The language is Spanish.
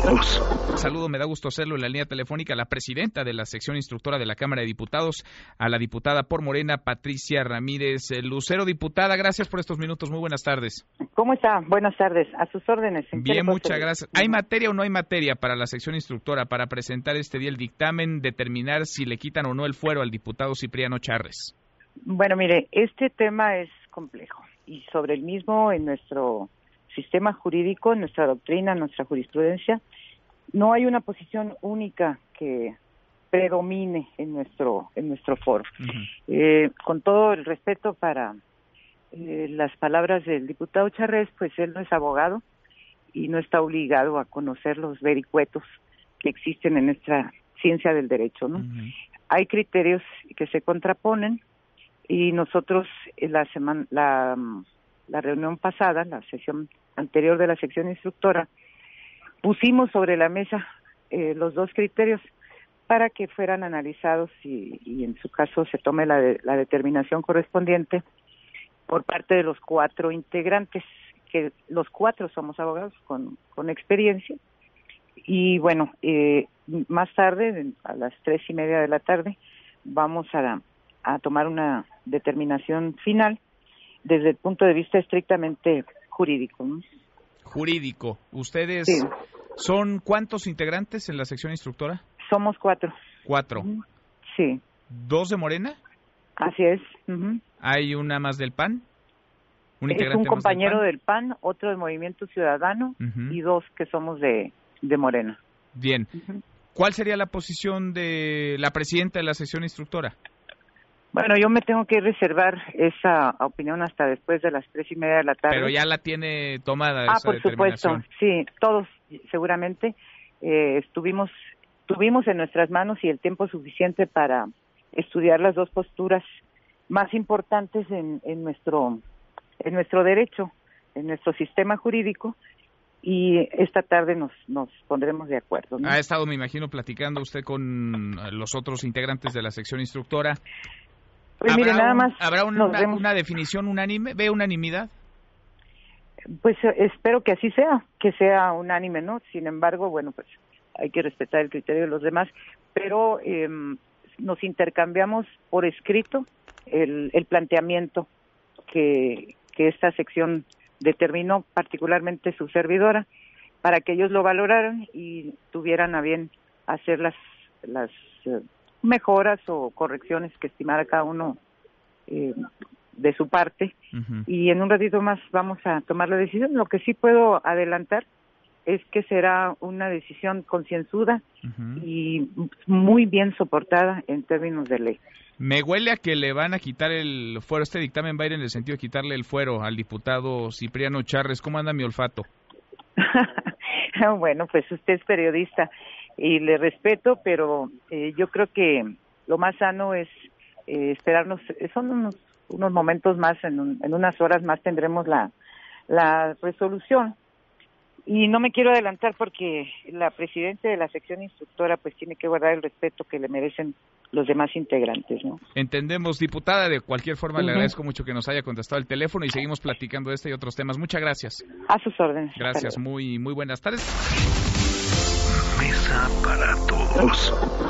todos. Saludo, me da gusto hacerlo en la línea telefónica la presidenta de la sección instructora de la Cámara de Diputados, a la diputada por Morena, Patricia Ramírez Lucero. Diputada, gracias por estos minutos, muy buenas tardes. ¿Cómo está? Buenas tardes, a sus órdenes. Bien, muchas gracias. ¿Hay materia o no hay materia para la sección instructora para presentar este día el dictamen, determinar si le quitan o no el fuero al diputado Cipriano Charres? Bueno, mire, este tema es complejo y sobre el mismo en nuestro sistema jurídico, en nuestra doctrina, en nuestra jurisprudencia, no hay una posición única que predomine en nuestro foro. Uh-huh. Con todo el respeto para las palabras del diputado Charres, pues él no es abogado y no está obligado a conocer los vericuetos que existen en nuestra ciencia del derecho, ¿no? Uh-huh. Hay criterios que se contraponen y nosotros la reunión pasada, la sesión anterior de la sección instructora, pusimos sobre la mesa los dos criterios para que fueran analizados y en su caso se tome la determinación correspondiente por parte de los 4 integrantes, que los 4 somos abogados con experiencia. Y bueno, más tarde, a las 3:30 de la tarde, vamos a tomar una determinación final desde el punto de vista estrictamente jurídico, ¿no? Jurídico. ¿Ustedes sí. son cuántos integrantes en la sección instructora? Somos 4. 4. Sí. ¿2 de Morena? Así es. Uh-huh. ¿Hay una más del PAN? Es un compañero del PAN, otro del Movimiento Ciudadano, uh-huh, y 2 que somos de Morena. Bien. Uh-huh. ¿Cuál sería la posición de la presidenta de la sección instructora? Bueno, yo me tengo que reservar esa opinión hasta después de las 3:30 de la tarde. Pero ya la tiene tomada esa por supuesto, sí, todos seguramente tuvimos en nuestras manos y el tiempo suficiente para estudiar las dos posturas más importantes en nuestro derecho, en nuestro sistema jurídico, y esta tarde nos pondremos de acuerdo, ¿no? Ha estado, me imagino, platicando usted con los otros integrantes de la sección instructora. Pues mire, nada más. ¿Habrá una definición unánime? ¿Ve unanimidad? Pues espero que así sea, que sea unánime, ¿no? Sin embargo, bueno, pues hay que respetar el criterio de los demás, pero nos intercambiamos por escrito el planteamiento que esta sección determinó, particularmente su servidora, para que ellos lo valoraran y tuvieran a bien hacer las mejoras o correcciones que estimara cada uno de su parte. Uh-huh. Y en un ratito más vamos a tomar la decisión. Lo que sí puedo adelantar es que será una decisión concienzuda, uh-huh, y muy bien soportada en términos de ley. Me huele a que le van a quitar el fuero. Este dictamen va a ir en el sentido de quitarle el fuero al diputado Cipriano Charres. ¿Cómo anda mi olfato? Bueno, pues usted es periodista y le respeto, pero yo creo que lo más sano es esperarnos. Son unos momentos más, en unas horas más tendremos la resolución. Y no me quiero adelantar porque la presidenta de la sección instructora pues tiene que guardar el respeto que le merecen los demás integrantes, ¿no? Entendemos, diputada. De cualquier forma, uh-huh, le agradezco mucho que nos haya contestado el teléfono y seguimos platicando de este y otros temas. Muchas gracias. A sus órdenes. Gracias, muy buenas tardes. Mesa para todos.